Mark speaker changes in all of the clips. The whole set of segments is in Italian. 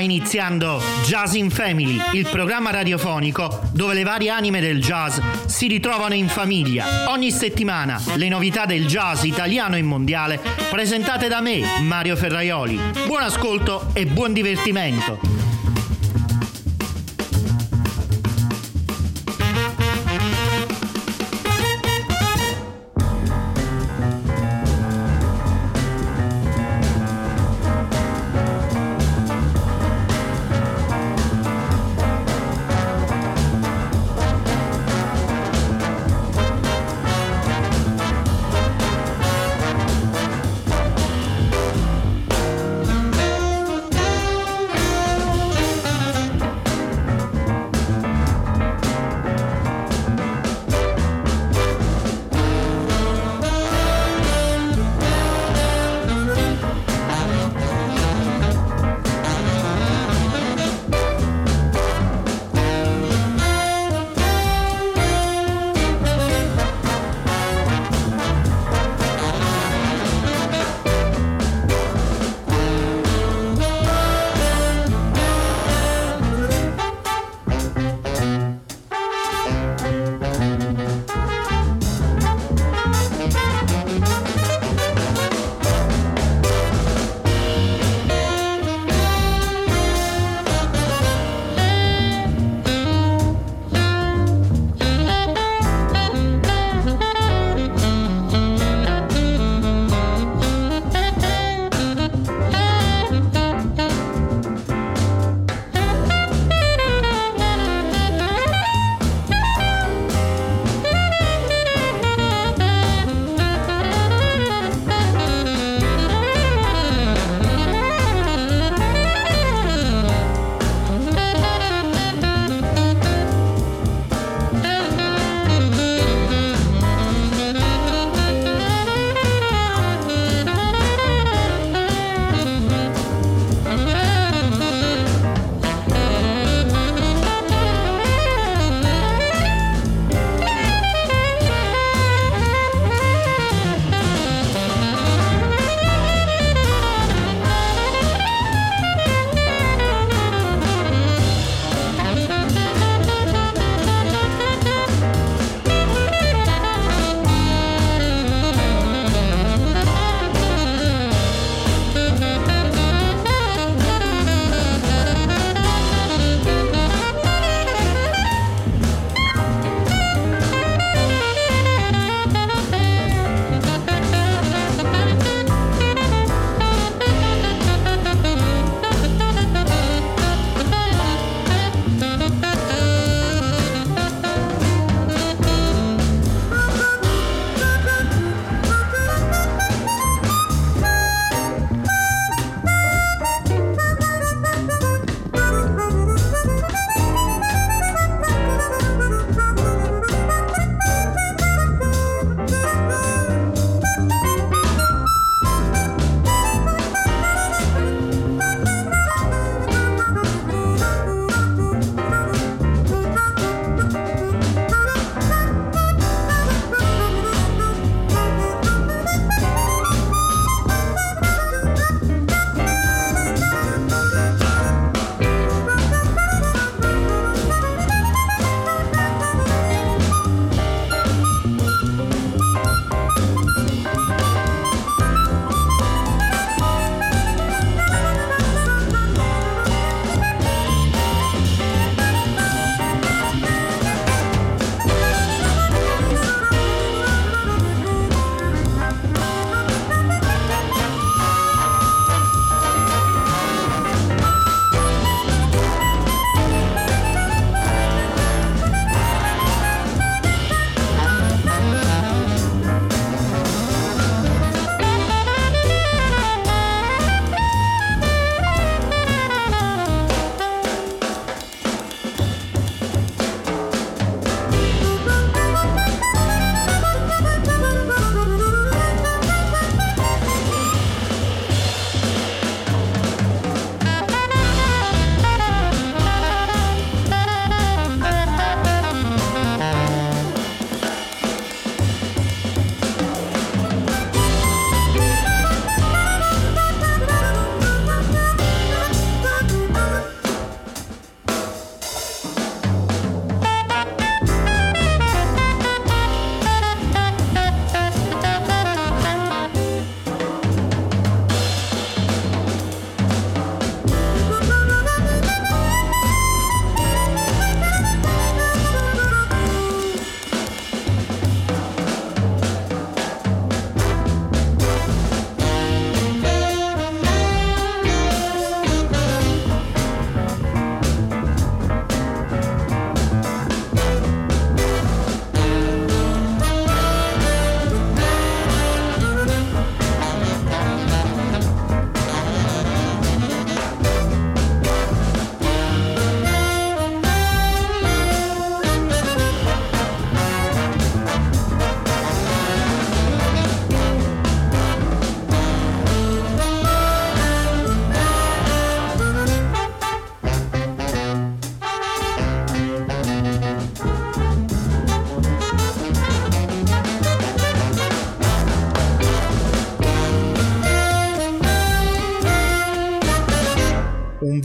Speaker 1: iniziando Jazz in Family, il programma radiofonico dove le varie anime del jazz si ritrovano in famiglia. Ogni settimana le novità del jazz italiano e mondiale presentate da me, Mario Ferraioli. Buon ascolto e buon divertimento.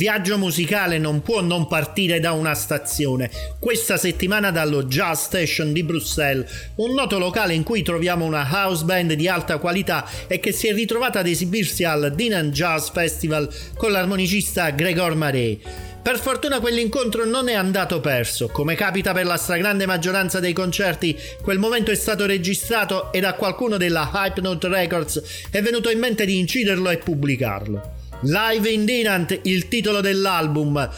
Speaker 1: viaggio musicale non può non partire da una stazione. Questa settimana dallo Jazz Station di Bruxelles, un noto locale in cui troviamo una house band di alta qualità e che si è ritrovata ad esibirsi al Dinan Jazz Festival con l'armonicista Gregor Mare. Per fortuna quell'incontro non è andato perso. Come capita per la stragrande maggioranza dei concerti, quel momento è stato registrato e da qualcuno della Hypnote Records è venuto in mente di inciderlo e pubblicarlo. Live in Dinant, il titolo dell'album,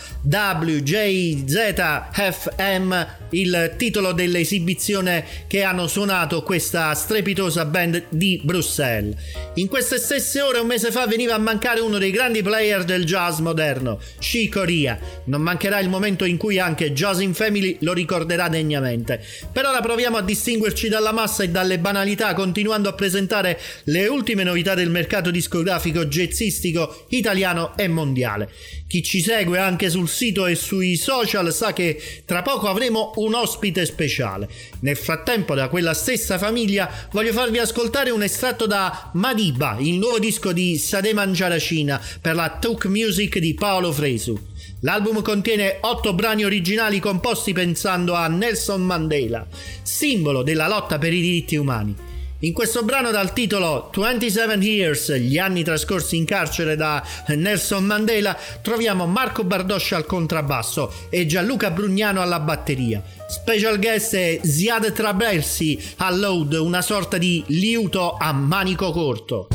Speaker 1: WJZFM, il titolo dell'esibizione che hanno suonato questa strepitosa band di Bruxelles. In queste stesse ore, un mese fa, veniva a mancare uno dei grandi player del jazz moderno, Chick Corea. Non mancherà il momento in cui anche Jazzin' Family lo ricorderà degnamente. Per ora proviamo a distinguerci dalla massa e dalle banalità, continuando a presentare le ultime novità del mercato discografico jazzistico italiano e mondiale. Chi ci segue anche sul sito e sui social sa che tra poco avremo un ospite speciale. Nel frattempo, da quella stessa famiglia voglio farvi ascoltare un estratto da Madiba, il nuovo disco di Sade Mangiaracina per la Tuk Music di Paolo Fresu. L'album contiene 8 brani originali composti pensando a Nelson Mandela, simbolo della lotta per i diritti umani. In questo brano dal titolo 27 Years, gli anni trascorsi in carcere da Nelson Mandela, troviamo Marco Bardoscia al contrabbasso e Gianluca Brugnano alla batteria. Special guest è Ziad Trabersi al load, una sorta di liuto a manico corto.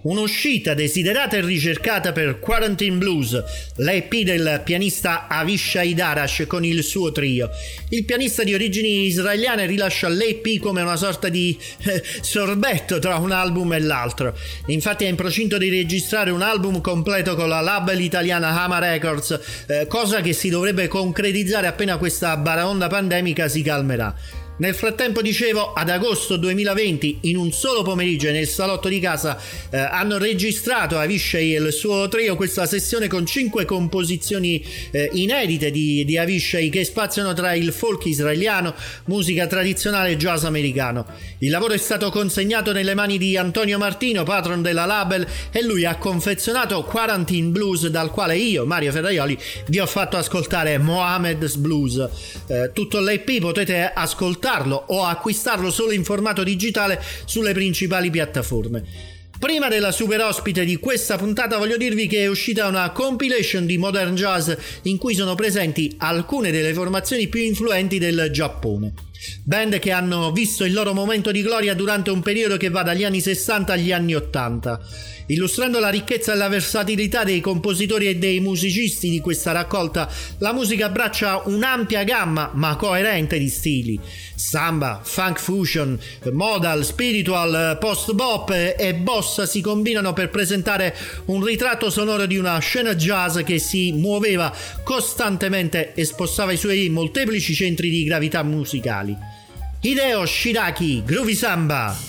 Speaker 1: Un'uscita desiderata e ricercata per Quarantine Blues, l'EP del pianista Avishai Darash con il suo trio. Il pianista di origini israeliane rilascia l'EP come una sorta di sorbetto tra un album e l'altro. Infatti è in procinto di registrare un album completo con la label italiana Hama Records, cosa che si dovrebbe concretizzare appena questa baraonda pandemica si calmerà. Nel frattempo, dicevo, ad agosto 2020, in un solo pomeriggio nel salotto di casa, hanno registrato Avishai e il suo trio questa sessione con 5 composizioni inedite di Avishai che spaziano tra il folk israeliano, musica tradizionale e jazz americano. Il lavoro è stato consegnato nelle mani di Antonio Martino, patron della label, e lui ha confezionato Quarantine Blues, dal quale io, Mario Ferraioli, vi ho fatto ascoltare Mohammed's Blues. Tutto l'EP potete ascoltare o acquistarlo solo in formato digitale sulle principali piattaforme. Prima della super ospite di questa puntata voglio dirvi che è uscita una compilation di modern jazz in cui sono presenti alcune delle formazioni più influenti del Giappone. Band che hanno visto il loro momento di gloria durante un periodo che va dagli anni 60 agli anni 80. Illustrando la ricchezza e la versatilità dei compositori e dei musicisti di questa raccolta, la musica abbraccia un'ampia gamma ma coerente di stili. Samba, funk fusion, modal, spiritual, post-bop e bossa si combinano per presentare un ritratto sonoro di una scena jazz che si muoveva costantemente e spostava i suoi molteplici centri di gravità musicali. Hideo Shiraki, Groovy Samba.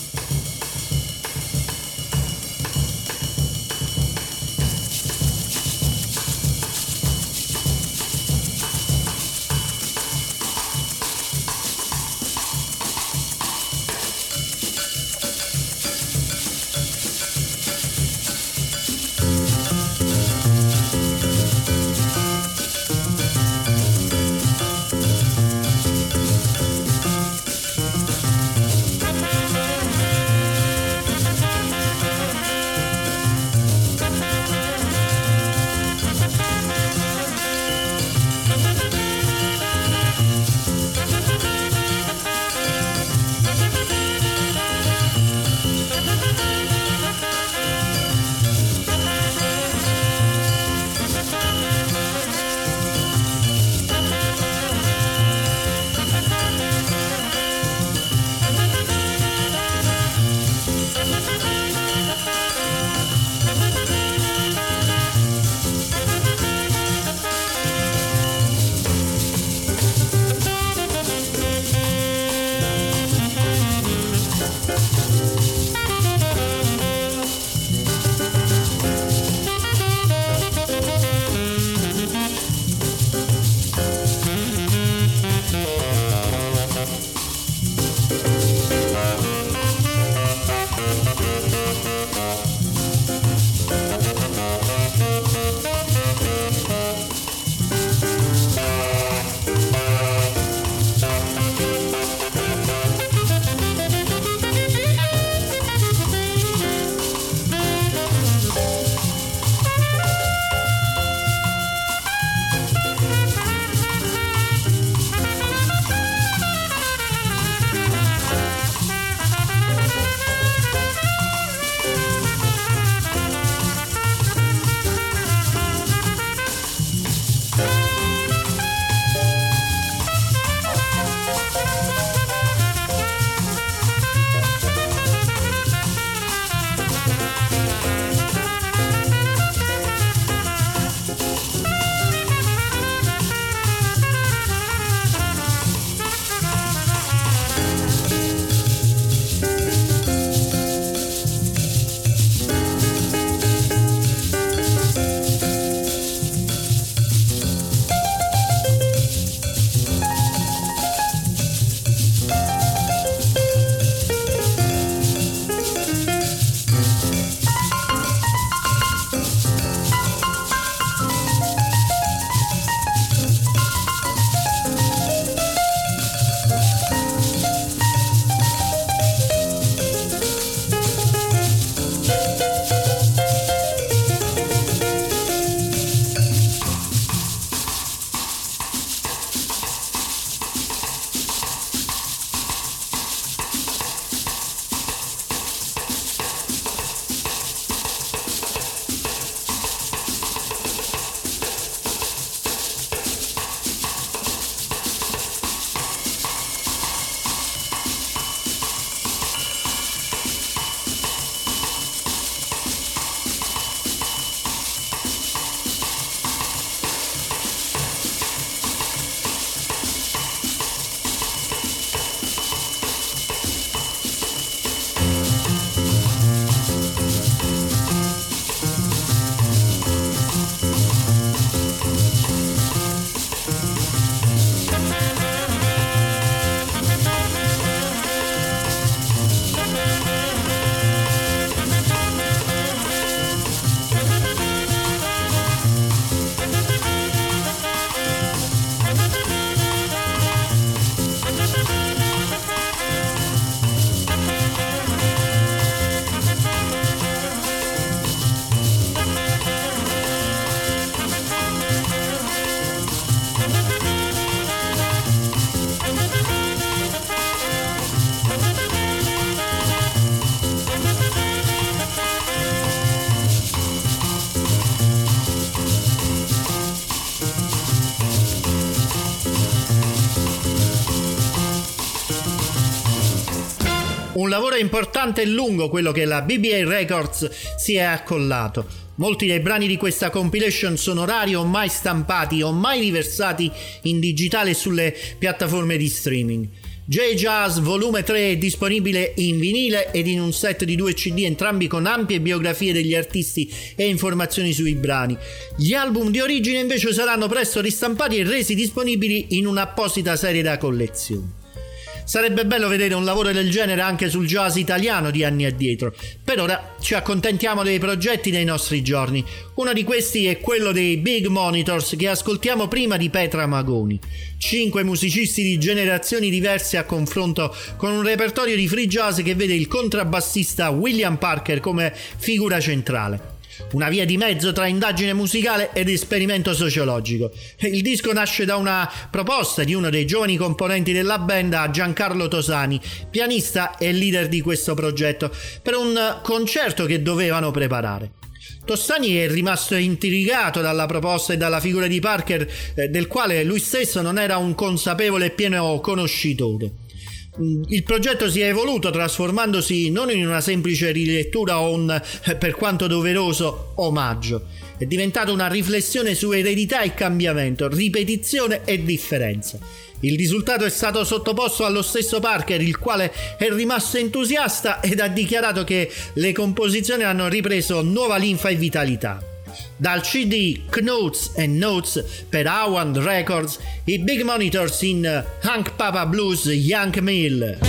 Speaker 1: Un lavoro importante e lungo quello che la BBA Records si è accollato. Molti dei brani di questa compilation sono rari o mai stampati o mai riversati in digitale sulle piattaforme di streaming. J-Jazz Volume 3 è disponibile in vinile ed in un set di 2 CD, entrambi con ampie biografie degli artisti e informazioni sui brani. Gli album di origine invece saranno presto ristampati e resi disponibili in un'apposita serie da collezione. Sarebbe bello vedere un lavoro del genere anche sul jazz italiano di anni addietro. Per ora ci accontentiamo dei progetti dei nostri giorni. Uno di questi è quello dei Big Monitors, che ascoltiamo prima di Petra Magoni. 5 musicisti di generazioni diverse a confronto con un repertorio di free jazz che vede il contrabbassista William Parker come figura centrale. Una via di mezzo tra indagine musicale ed esperimento sociologico. Il disco nasce da una proposta di uno dei giovani componenti della band, a Giancarlo Tosani, pianista e leader di questo progetto, per un concerto che dovevano preparare. Tosani è rimasto intrigato dalla proposta e dalla figura di Parker, del quale lui stesso non era un consapevole e pieno conoscitore. Il progetto si è evoluto, trasformandosi non in una semplice rilettura o un, per quanto doveroso, omaggio. È diventato una riflessione su eredità e cambiamento, ripetizione e differenza. Il risultato è stato sottoposto allo stesso Parker, il quale è rimasto entusiasta ed ha dichiarato che le composizioni hanno ripreso nuova linfa e vitalità. Dal CD Knots and Notes per Howard Records, i Big Monitors in Hank Papa Blues Young Mill.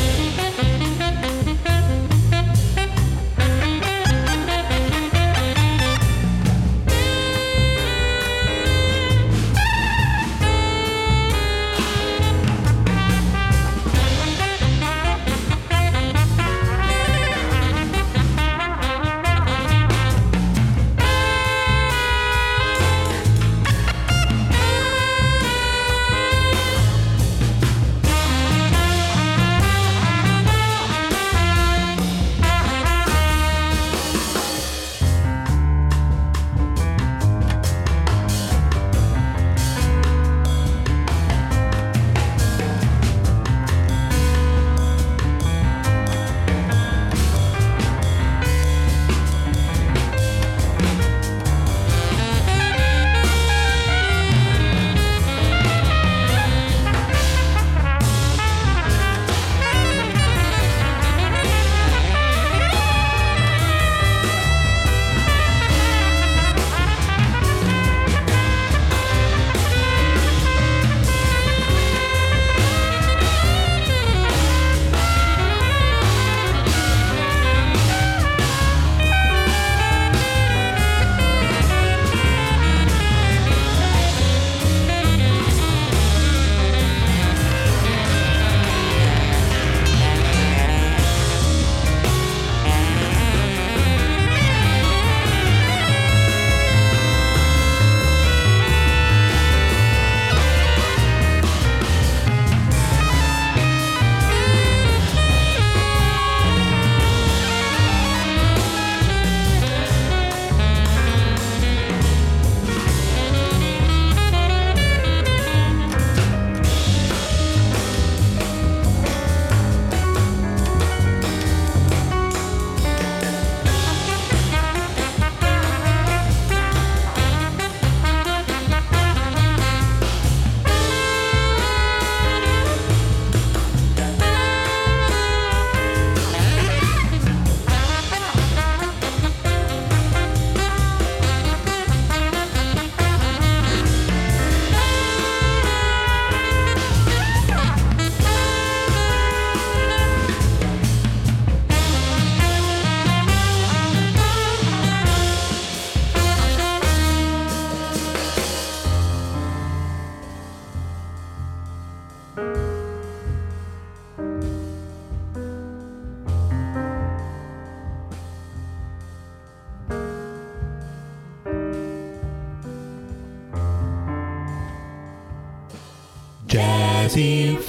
Speaker 2: Jazzin'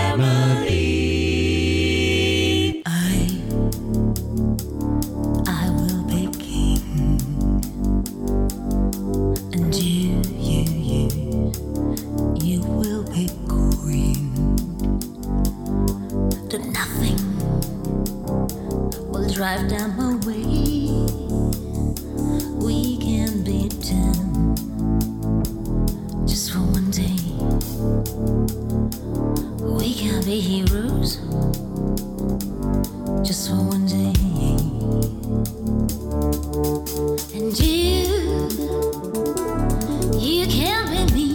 Speaker 2: Family.
Speaker 3: I will be king, and you will be queen. Do nothing lifetime away. We can be 10 just for one day. We can be heroes just for one day. And you can be me.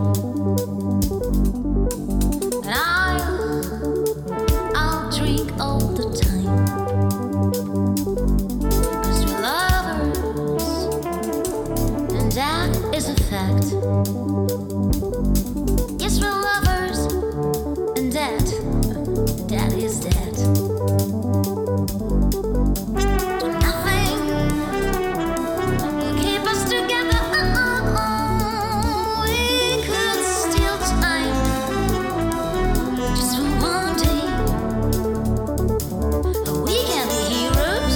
Speaker 3: And I'll drink all the time. 'Cause we're lovers, and that is a fact. Yes, we're lovers, and that is that. Nothing will keep us together. We could steal time just for one day. We can be heroes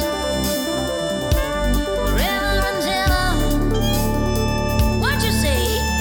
Speaker 3: forever and ever. What you say?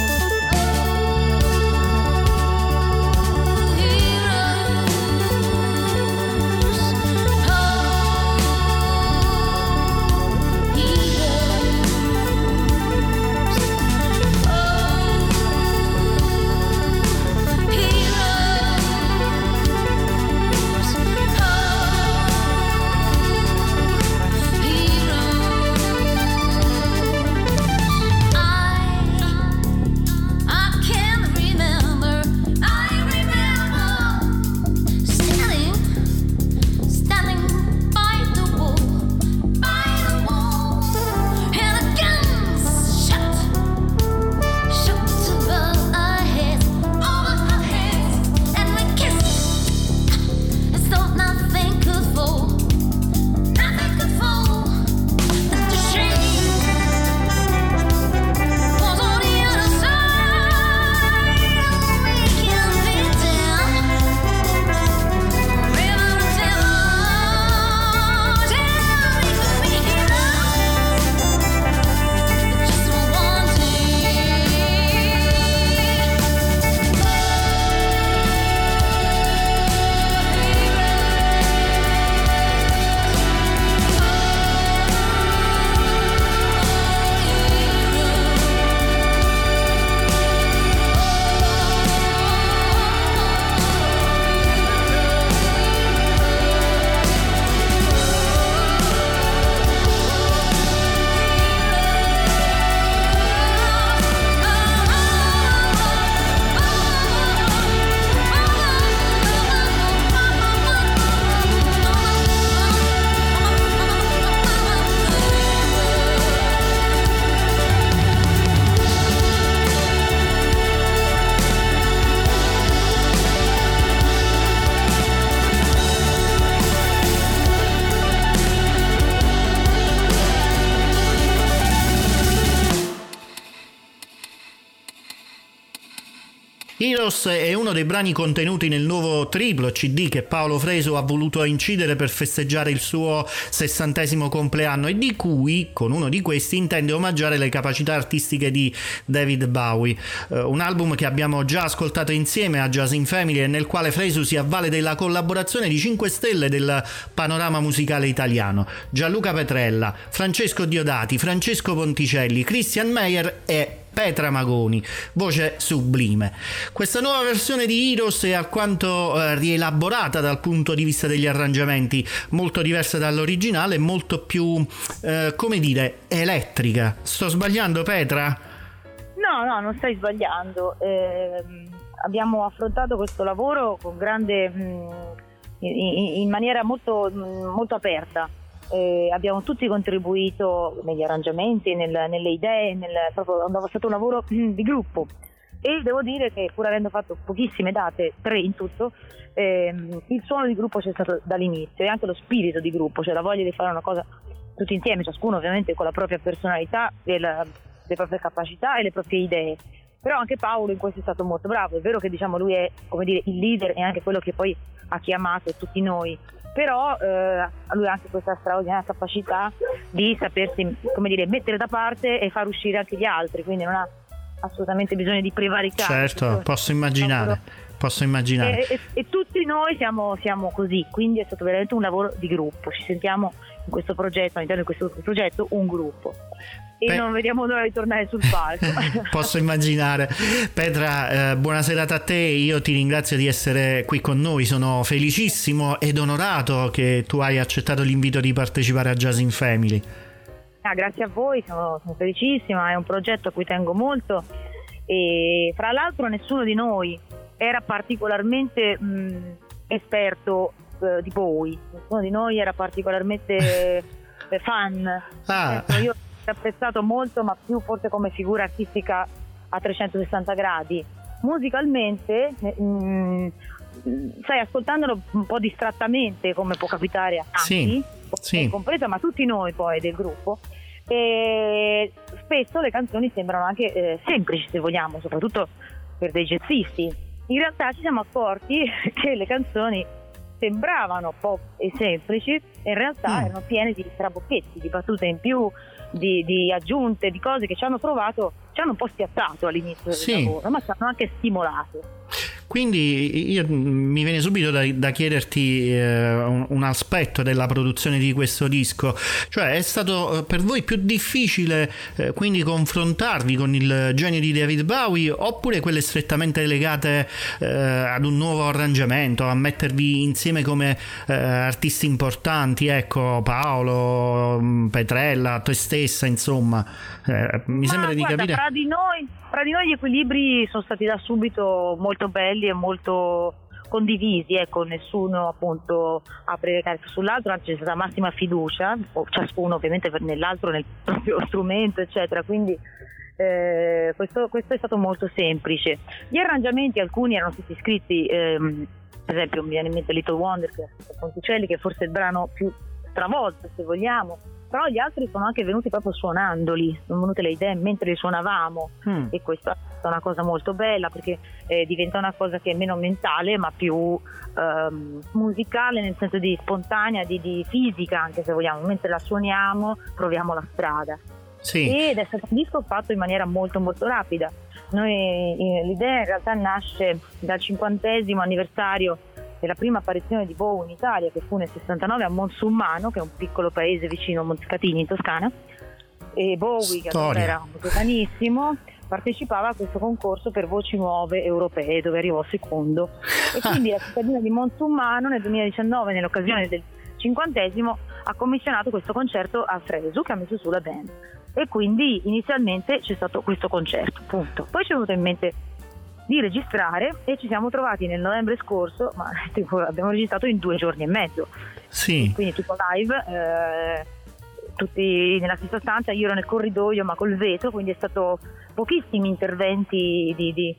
Speaker 1: Heroes è uno dei brani contenuti nel nuovo triplo CD che Paolo Fresu ha voluto incidere per festeggiare il suo 60° compleanno e di cui, con uno di questi, intende omaggiare le capacità artistiche di David Bowie. Un album che abbiamo già ascoltato insieme a Jazz in Family e nel quale Fresu si avvale della collaborazione di 5 stelle del panorama musicale italiano: Gianluca Petrella, Francesco Diodati, Francesco Ponticelli, Christian Meyer e Petra Magoni, voce sublime. Questa nuova versione di Heroes è alquanto rielaborata dal punto di vista degli arrangiamenti, molto diversa dall'originale, molto più, come dire, elettrica. Sto sbagliando, Petra?
Speaker 4: No, non stai sbagliando. Abbiamo affrontato questo lavoro con grande, in maniera molto, molto aperta. Abbiamo tutti contribuito negli arrangiamenti, nelle idee, proprio è stato un lavoro di gruppo e devo dire che pur avendo fatto pochissime date, 3 in tutto, il suono di gruppo c'è stato dall'inizio e anche lo spirito di gruppo, cioè la voglia di fare una cosa tutti insieme, ciascuno ovviamente con la propria personalità, le proprie capacità e le proprie idee. Però anche Paolo in questo è stato molto bravo. È vero che diciamo lui è, come dire, il leader e anche quello che poi ha chiamato tutti noi, però lui ha anche questa straordinaria capacità di sapersi, come dire, mettere da parte e far uscire anche gli altri, quindi non ha assolutamente bisogno di prevaricare.
Speaker 1: Certo, posso immaginare. posso immaginare.
Speaker 4: E tutti noi siamo così, quindi è stato veramente un lavoro di gruppo, ci sentiamo in questo progetto, all'interno di questo progetto, un gruppo. E non vediamo l'ora di tornare sul palco.
Speaker 1: Posso immaginare. Petra, buona serata a te, io ti ringrazio di essere qui con noi, sono felicissimo ed onorato che tu hai accettato l'invito di partecipare a Jazz in Family.
Speaker 4: Grazie a voi, sono felicissima, è un progetto a cui tengo molto e fra l'altro nessuno di noi era particolarmente esperto di Bowie, nessuno di noi era particolarmente fan. Io ho apprezzato molto, ma più forse come figura artistica a 360 gradi. Musicalmente, sai, ascoltandolo un po' distrattamente, come può capitare a tanti,
Speaker 1: sì.
Speaker 4: compresa, ma tutti noi poi del gruppo, e spesso le canzoni sembrano anche semplici, se vogliamo, soprattutto per dei jazzisti. In realtà ci siamo accorti che le canzoni sembravano pop e semplici e in realtà erano piene di trabocchetti, di battute in più, di aggiunte, di cose che ci hanno un po' spiazzato all'inizio del lavoro, ma ci hanno anche stimolato.
Speaker 1: Quindi mi viene subito da chiederti un aspetto della produzione di questo disco, cioè è stato per voi più difficile quindi confrontarvi con il genio di David Bowie, oppure quelle strettamente legate ad un nuovo arrangiamento, a mettervi insieme come artisti importanti, ecco, Paolo, Petrella, te stessa, insomma, mi sembra di capire.
Speaker 4: Fra di noi gli equilibri sono stati da subito molto belli e molto condivisi, ecco, nessuno appunto apre le carte sull'altro, anzi c'è stata massima fiducia, ciascuno ovviamente nell'altro, nel proprio strumento, eccetera, quindi questo è stato molto semplice. Gli arrangiamenti, alcuni erano stati scritti, per esempio mi viene in mente Little Wonder, che è Ponticelli, che è forse il brano più stravolto, se vogliamo, però gli altri sono anche venuti proprio suonandoli, sono venute le idee mentre li suonavamo, e questa è una cosa molto bella, perché diventa una cosa che è meno mentale ma più musicale, nel senso di spontanea, di fisica, anche se vogliamo, mentre la suoniamo proviamo la strada. Ed è stato un disco fatto in maniera molto molto rapida. L'idea in realtà nasce dal 50° anniversario della prima apparizione di Bowie in Italia, che fu nel 69 a Monsummano, che è un piccolo paese vicino a Montecatini in Toscana, e Bowie, che allora era giovanissimo, partecipava a questo concorso per voci nuove europee, dove arrivò secondo, e quindi la cittadina di Monsummano nel 2019, nell'occasione del 50°, ha commissionato questo concerto a Fresu, che ha messo su la band, e quindi inizialmente c'è stato questo concerto, punto. Poi ci è venuto in mente di registrare e ci siamo trovati nel novembre scorso, ma abbiamo registrato in 2 giorni e mezzo, quindi tipo live, tutti nella stessa stanza, io ero nel corridoio ma col vetro, quindi è stato pochissimi interventi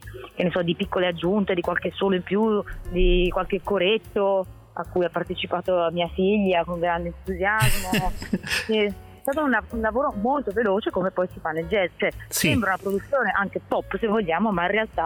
Speaker 4: di piccole aggiunte, di qualche solo in più, di qualche coretto a cui ha partecipato mia figlia con grande entusiasmo. È stato un lavoro molto veloce, come poi si fa nel jazz, cioè sembra una produzione anche pop se vogliamo, ma in realtà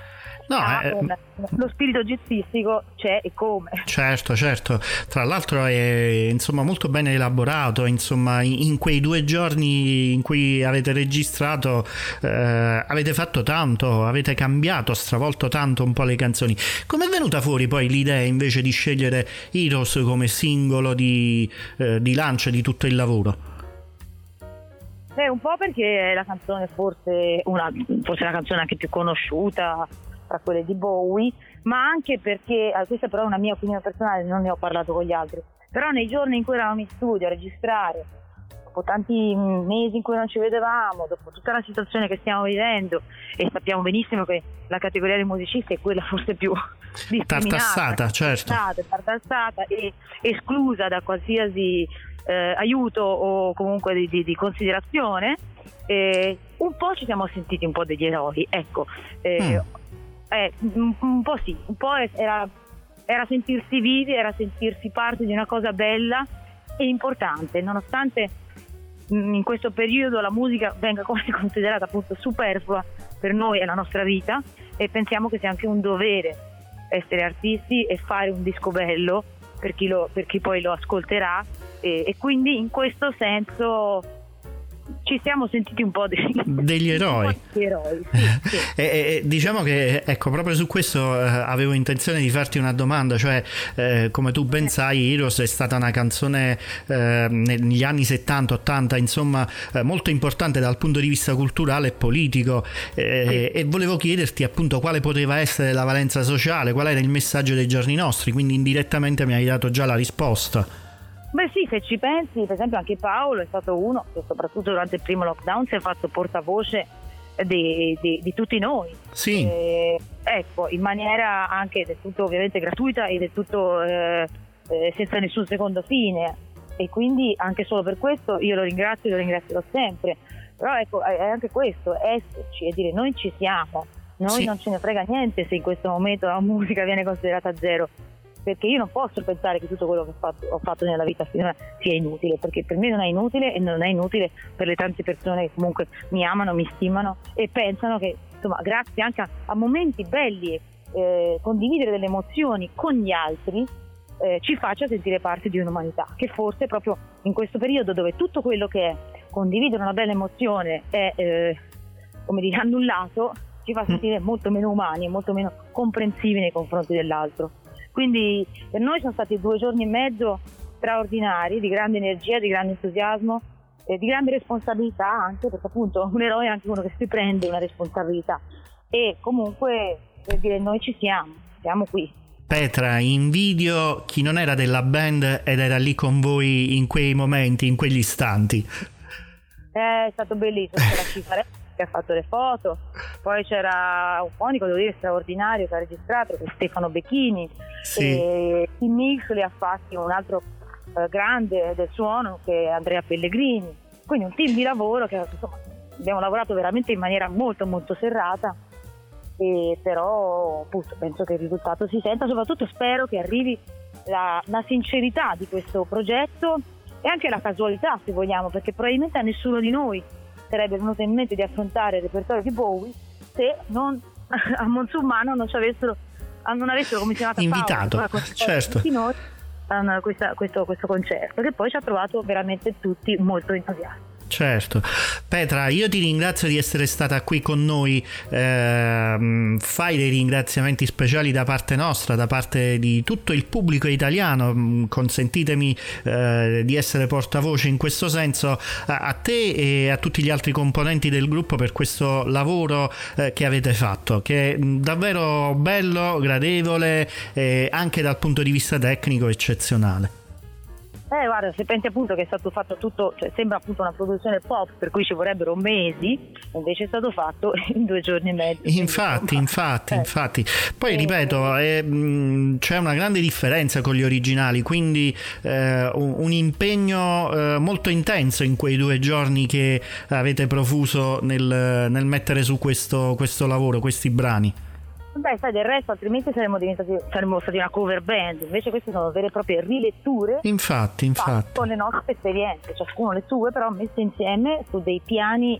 Speaker 4: lo spirito jazzistico c'è e come.
Speaker 1: Certo, tra l'altro è insomma molto ben elaborato, insomma in quei 2 giorni in cui avete registrato avete fatto tanto, avete cambiato, stravolto tanto un po' le canzoni. Come è venuta fuori poi l'idea invece di scegliere Heroes come singolo di lancio di tutto il lavoro?
Speaker 4: Un po' perché è la canzone forse la canzone anche più conosciuta tra quelle di Bowie, ma anche perché, questa però è una mia opinione personale, non ne ho parlato con gli altri, però nei giorni in cui eravamo in studio a registrare, dopo tanti mesi in cui non ci vedevamo, dopo tutta la situazione che stiamo vivendo, e sappiamo benissimo che la categoria dei musicisti è quella forse più
Speaker 1: tartassata,
Speaker 4: tartassata e esclusa da qualsiasi aiuto o comunque di considerazione, un po' ci siamo sentiti un po' degli eroi, ecco. Un po' sì, un po' era sentirsi vivi, era sentirsi parte di una cosa bella e importante, nonostante in questo periodo la musica venga quasi considerata appunto superflua per noi e la nostra vita, e pensiamo che sia anche un dovere essere artisti e fare un disco bello per chi poi lo ascolterà, e quindi in questo senso ci siamo sentiti un po'
Speaker 1: degli eroi.
Speaker 4: un po' di eroi, sì.
Speaker 1: Diciamo che, ecco, proprio su questo avevo intenzione di farti una domanda, cioè come tu ben sai, Heroes è stata una canzone negli anni 70-80, insomma, molto importante dal punto di vista culturale e politico, e volevo chiederti appunto quale poteva essere la valenza sociale, qual era il messaggio dei giorni nostri, quindi indirettamente mi hai dato già la risposta.
Speaker 4: Beh sì, se ci pensi, per esempio anche Paolo è stato uno che soprattutto durante il primo lockdown si è fatto portavoce di tutti noi.
Speaker 1: Sì.
Speaker 4: Ecco, in maniera anche del tutto ovviamente gratuita e del tutto senza nessun secondo fine, e quindi anche solo per questo io lo ringrazierò sempre. Però ecco, è anche questo, esserci e dire noi ci siamo, noi
Speaker 1: Sì.
Speaker 4: non ce ne frega niente se in questo momento la musica viene considerata zero, perché io non posso pensare che tutto quello che ho fatto nella vita finora sia inutile, perché per me non è inutile e non è inutile per le tante persone che comunque mi amano, mi stimano e pensano che, insomma, grazie anche a momenti belli, condividere delle emozioni con gli altri ci faccia sentire parte di un'umanità, che forse proprio in questo periodo dove tutto quello che è condividere una bella emozione è come dire annullato, ci fa sentire molto meno umani e molto meno comprensivi nei confronti dell'altro. Quindi per noi sono stati 2 giorni e mezzo straordinari, di grande energia, di grande entusiasmo e di grande responsabilità, anche perché appunto un eroe è anche uno che si prende una responsabilità, e comunque per dire noi ci siamo qui.
Speaker 1: Petra, invidio chi non era della band ed era lì con voi in quei momenti, in quegli istanti.
Speaker 4: È stato bellissimo, c'era Cifarelli che ha fatto le foto, poi c'era un fonico, devo dire, straordinario che ha registrato, che è Stefano Becchini,
Speaker 1: Sì.
Speaker 4: e il mix li ha fatti un altro grande del suono che è Andrea Pellegrini, quindi un team di lavoro che insomma abbiamo lavorato veramente in maniera molto molto serrata, e però appunto penso che il risultato si senta, soprattutto spero che arrivi la sincerità di questo progetto e anche la casualità, se vogliamo, perché probabilmente a nessuno di noi sarebbe venuto in mente di affrontare il repertorio di Bowie se non a Monsummano non avessero commissionato
Speaker 1: Invitato,
Speaker 4: Paolo,
Speaker 1: certo.
Speaker 4: tutti noi questo concerto, che poi ci ha trovato veramente tutti molto entusiasti.
Speaker 1: Certo. Petra, io ti ringrazio di essere stata qui con noi, fai dei ringraziamenti speciali da parte nostra, da parte di tutto il pubblico italiano, consentitemi di essere portavoce in questo senso a te e a tutti gli altri componenti del gruppo per questo lavoro che avete fatto, che è davvero bello, gradevole e anche dal punto di vista tecnico eccezionale.
Speaker 4: Guarda, se pensi appunto che è stato fatto tutto, cioè sembra appunto una produzione pop per cui ci vorrebbero mesi, invece è stato fatto in 2 giorni e mezzo.
Speaker 1: Infatti. Poi ripeto, c'è una grande differenza con gli originali, quindi un impegno molto intenso in quei 2 giorni che avete profuso nel mettere su questo lavoro, questi brani.
Speaker 4: Beh, sai, del resto altrimenti saremmo stati una cover band, invece queste sono vere e proprie riletture
Speaker 1: Infatti.
Speaker 4: con le nostre esperienze, ciascuno le sue, però messe insieme su dei piani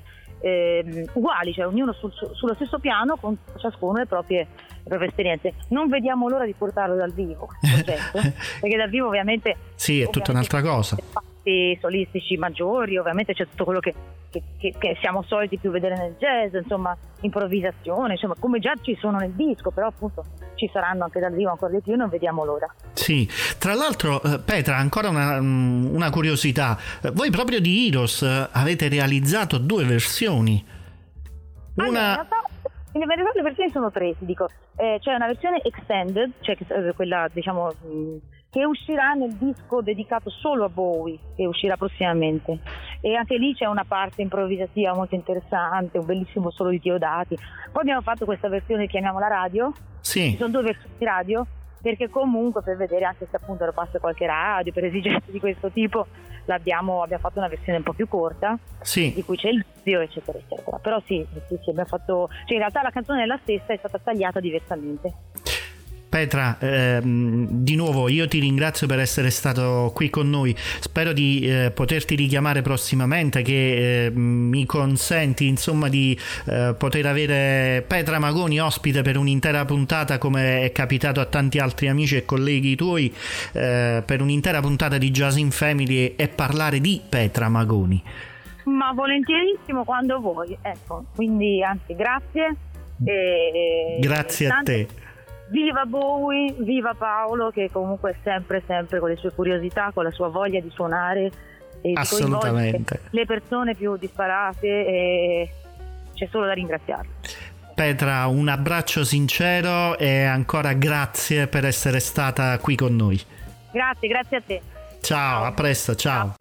Speaker 4: uguali, cioè ognuno sullo stesso piano con ciascuno le proprie esperienze. Non vediamo l'ora di portarlo dal vivo questo progetto, perché dal vivo ovviamente
Speaker 1: è tutta un'altra cosa.
Speaker 4: Fatti solistici maggiori, ovviamente c'è tutto quello che siamo soliti più vedere nel jazz, insomma improvvisazione, insomma come già ci sono nel disco, però appunto ci saranno anche dal vivo ancora di più, non vediamo l'ora. Sì,
Speaker 1: tra l'altro Petra, ancora una curiosità, voi proprio di Heroes avete realizzato 2 versioni.
Speaker 4: In realtà le versioni sono 3, ti dico. C'è una versione extended, cioè quella diciamo che uscirà nel disco dedicato solo a Bowie, che uscirà prossimamente, e anche lì c'è una parte improvvisativa molto interessante, un bellissimo solo di Diodati. Poi abbiamo fatto questa versione, chiamiamola radio.
Speaker 1: Sì.
Speaker 4: Ci sono 2 versioni radio, perché comunque per vedere anche se appunto lo passa qualche radio, per esigenze di questo tipo, abbiamo fatto una versione un po' più corta,
Speaker 1: sì,
Speaker 4: di cui c'è il video eccetera eccetera. Però sì, abbiamo fatto, cioè in realtà la canzone è la stessa, è stata tagliata diversamente.
Speaker 1: Petra, di nuovo io ti ringrazio per essere stato qui con noi, spero di poterti richiamare prossimamente, che mi consenti insomma di poter avere Petra Magoni ospite per un'intera puntata, come è capitato a tanti altri amici e colleghi tuoi, per un'intera puntata di Jazz in Family e parlare di Petra Magoni.
Speaker 4: Ma volentierissimo, quando vuoi, ecco, quindi anzi grazie.
Speaker 1: Grazie a te.
Speaker 4: Viva Bowie, viva Paolo, che comunque è sempre con le sue curiosità, con la sua voglia di suonare e di
Speaker 1: Assolutamente.
Speaker 4: le persone più disparate, e c'è solo da ringraziarlo.
Speaker 1: Petra, un abbraccio sincero e ancora grazie per essere stata qui con noi.
Speaker 4: Grazie a te.
Speaker 1: Ciao, a presto, ciao.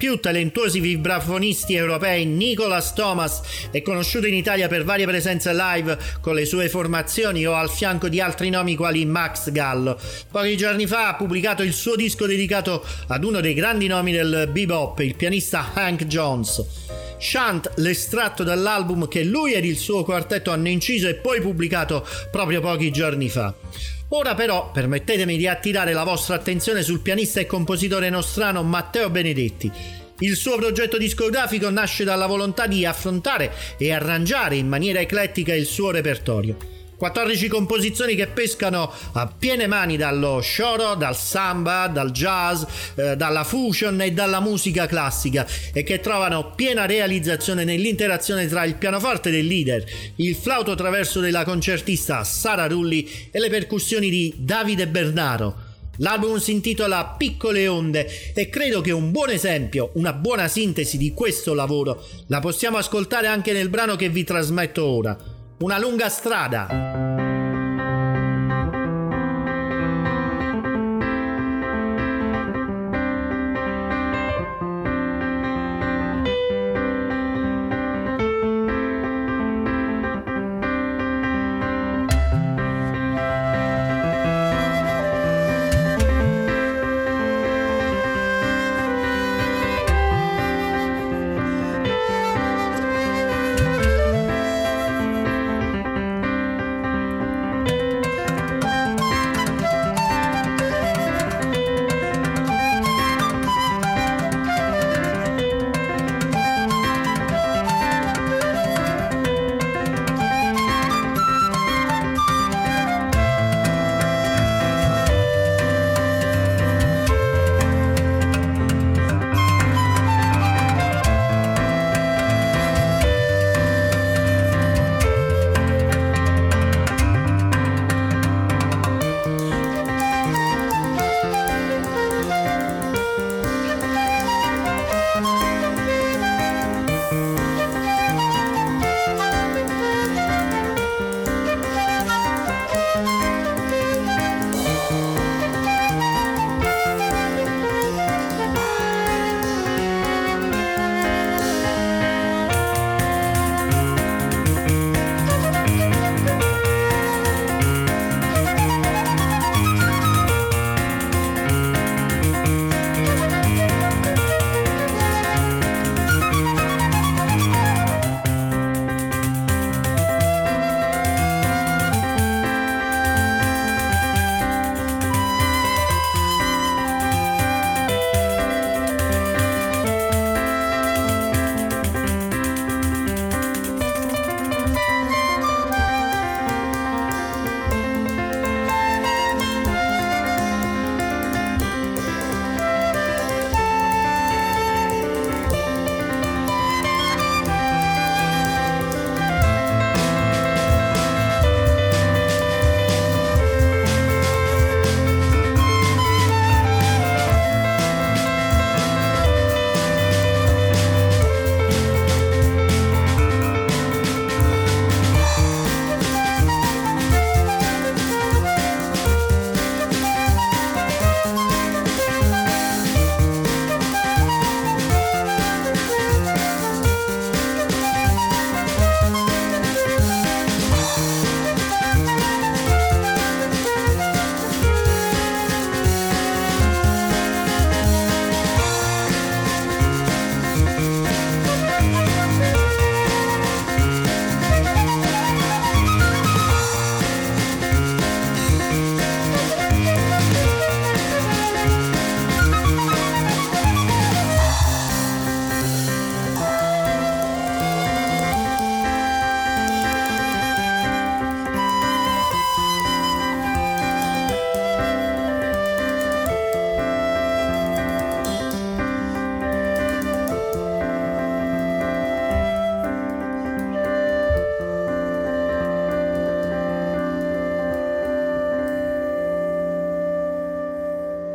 Speaker 1: più talentuosi vibrafonisti europei, Nicholas Thomas è conosciuto in Italia per varie presenze live con le sue formazioni o al fianco di altri nomi quali Max Gallo. Pochi giorni fa ha pubblicato il suo disco dedicato ad uno dei grandi nomi del bebop, il pianista Hank Jones. Shunt, l'estratto dall'album che lui ed il suo quartetto hanno inciso e poi pubblicato proprio pochi giorni fa. Ora però permettetemi di attirare la vostra attenzione sul pianista e compositore nostrano Matteo Benedetti. Il suo progetto discografico nasce dalla volontà di affrontare e arrangiare in maniera eclettica il suo repertorio. 14 composizioni che pescano a piene mani dallo choro, dal samba, dal jazz, dalla fusion e dalla musica classica e che trovano piena realizzazione nell'interazione tra il pianoforte del leader, il flauto traverso della concertista Sara Rulli e le percussioni di Davide Bernaro. L'album si intitola Piccole Onde e credo che un buon esempio, una buona sintesi di questo lavoro la possiamo ascoltare anche nel brano che vi trasmetto ora. Una lunga strada.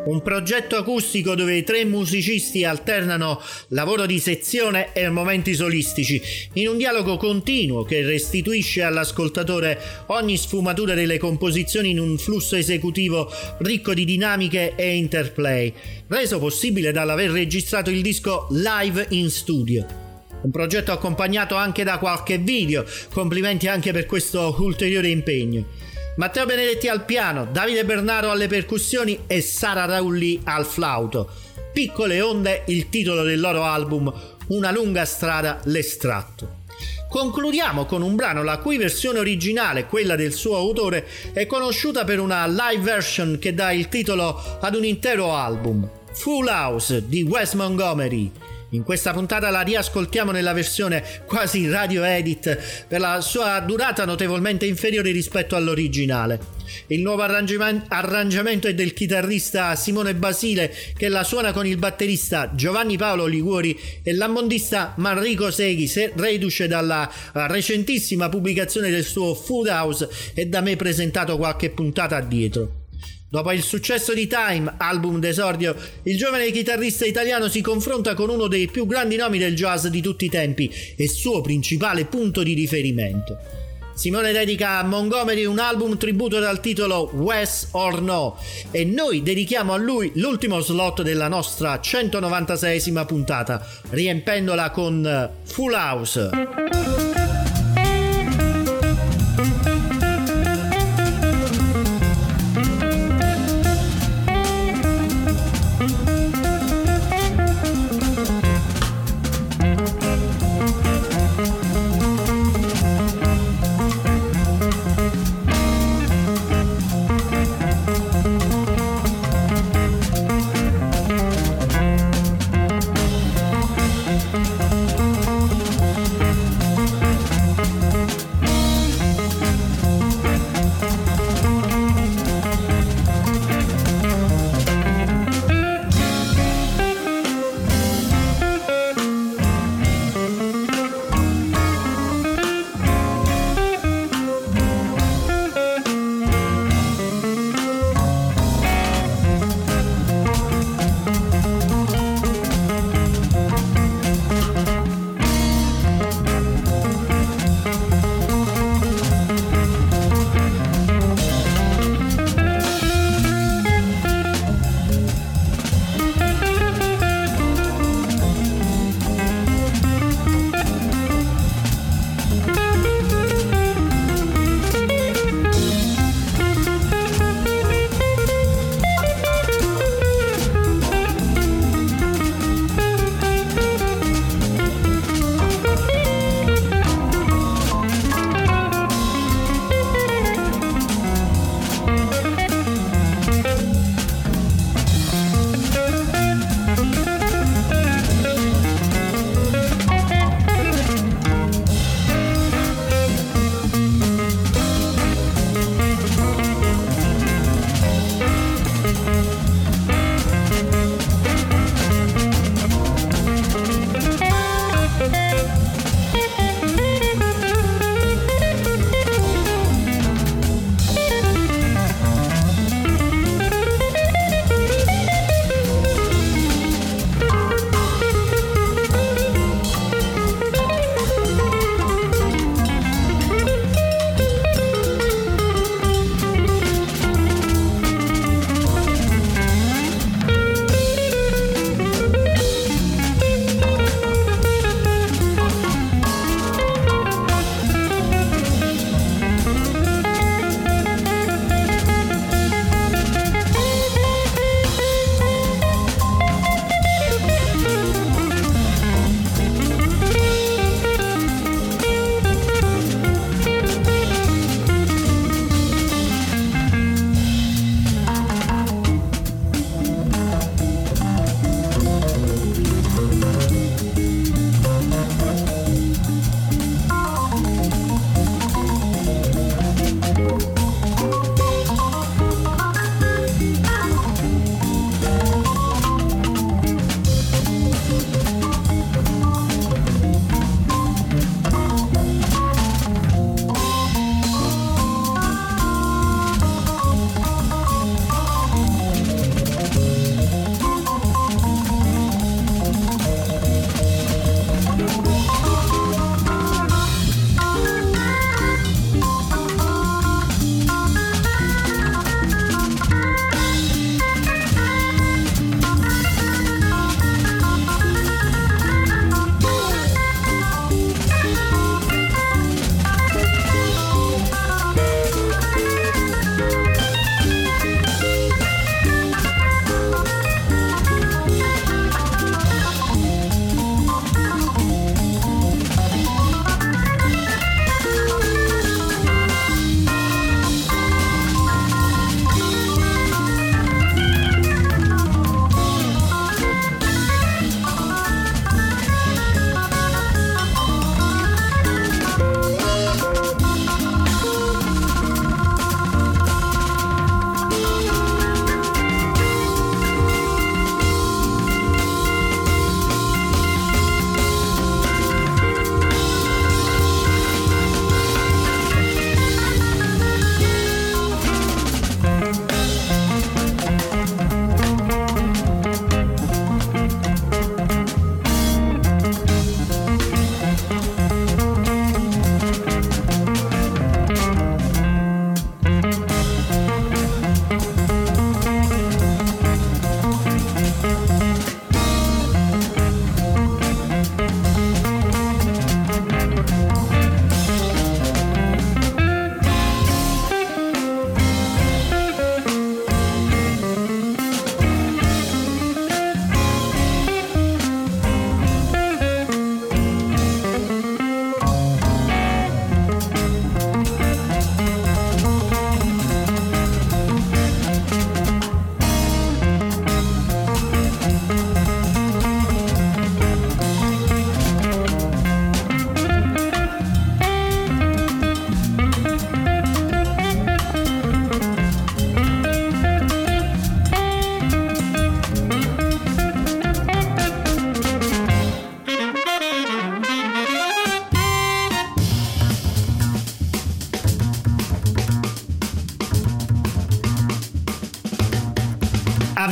Speaker 1: Un progetto acustico dove i 3 musicisti alternano lavoro di sezione e momenti solistici, in un dialogo continuo che restituisce all'ascoltatore ogni sfumatura delle composizioni in un flusso esecutivo ricco di dinamiche e interplay, reso possibile dall'aver registrato il disco live in studio. Un progetto accompagnato anche da qualche video, complimenti anche per questo ulteriore impegno. Matteo Benedetti al piano, Davide Bernaro alle percussioni e Sara Raulli al flauto. Piccole onde, il titolo del loro album Una lunga strada, l'estratto. Concludiamo con un brano la cui versione originale, quella del suo autore, è conosciuta per una live version che dà il titolo ad un intero album, Full House di Wes Montgomery. In questa puntata la riascoltiamo nella versione quasi radio edit per la sua durata notevolmente inferiore rispetto all'originale. Il nuovo arrangiamento è del chitarrista Simone Basile, che la suona con il batterista Giovanni Paolo Liguori e l'ammondista Manrico Seghi, reduce dalla recentissima pubblicazione del suo Full House e da me presentato qualche puntata addietro. Dopo il successo di Time, album d'esordio, il giovane chitarrista italiano si confronta con uno dei più grandi nomi del jazz di tutti i tempi e suo principale punto di riferimento. Simone dedica a Montgomery un album tributo dal titolo Wes or No e noi dedichiamo a lui l'ultimo slot della nostra 196esima puntata, riempendola con Full House.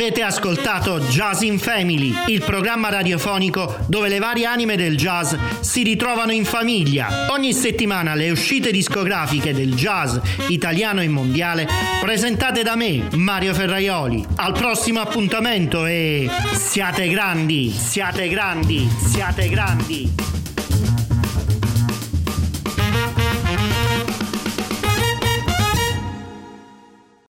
Speaker 1: Avete ascoltato Jazz in Family, il programma radiofonico dove le varie anime del jazz si ritrovano in famiglia. Ogni settimana le uscite discografiche del jazz italiano e mondiale presentate da me, Mario Ferraioli. Al prossimo appuntamento e siate grandi, siate grandi, siate grandi.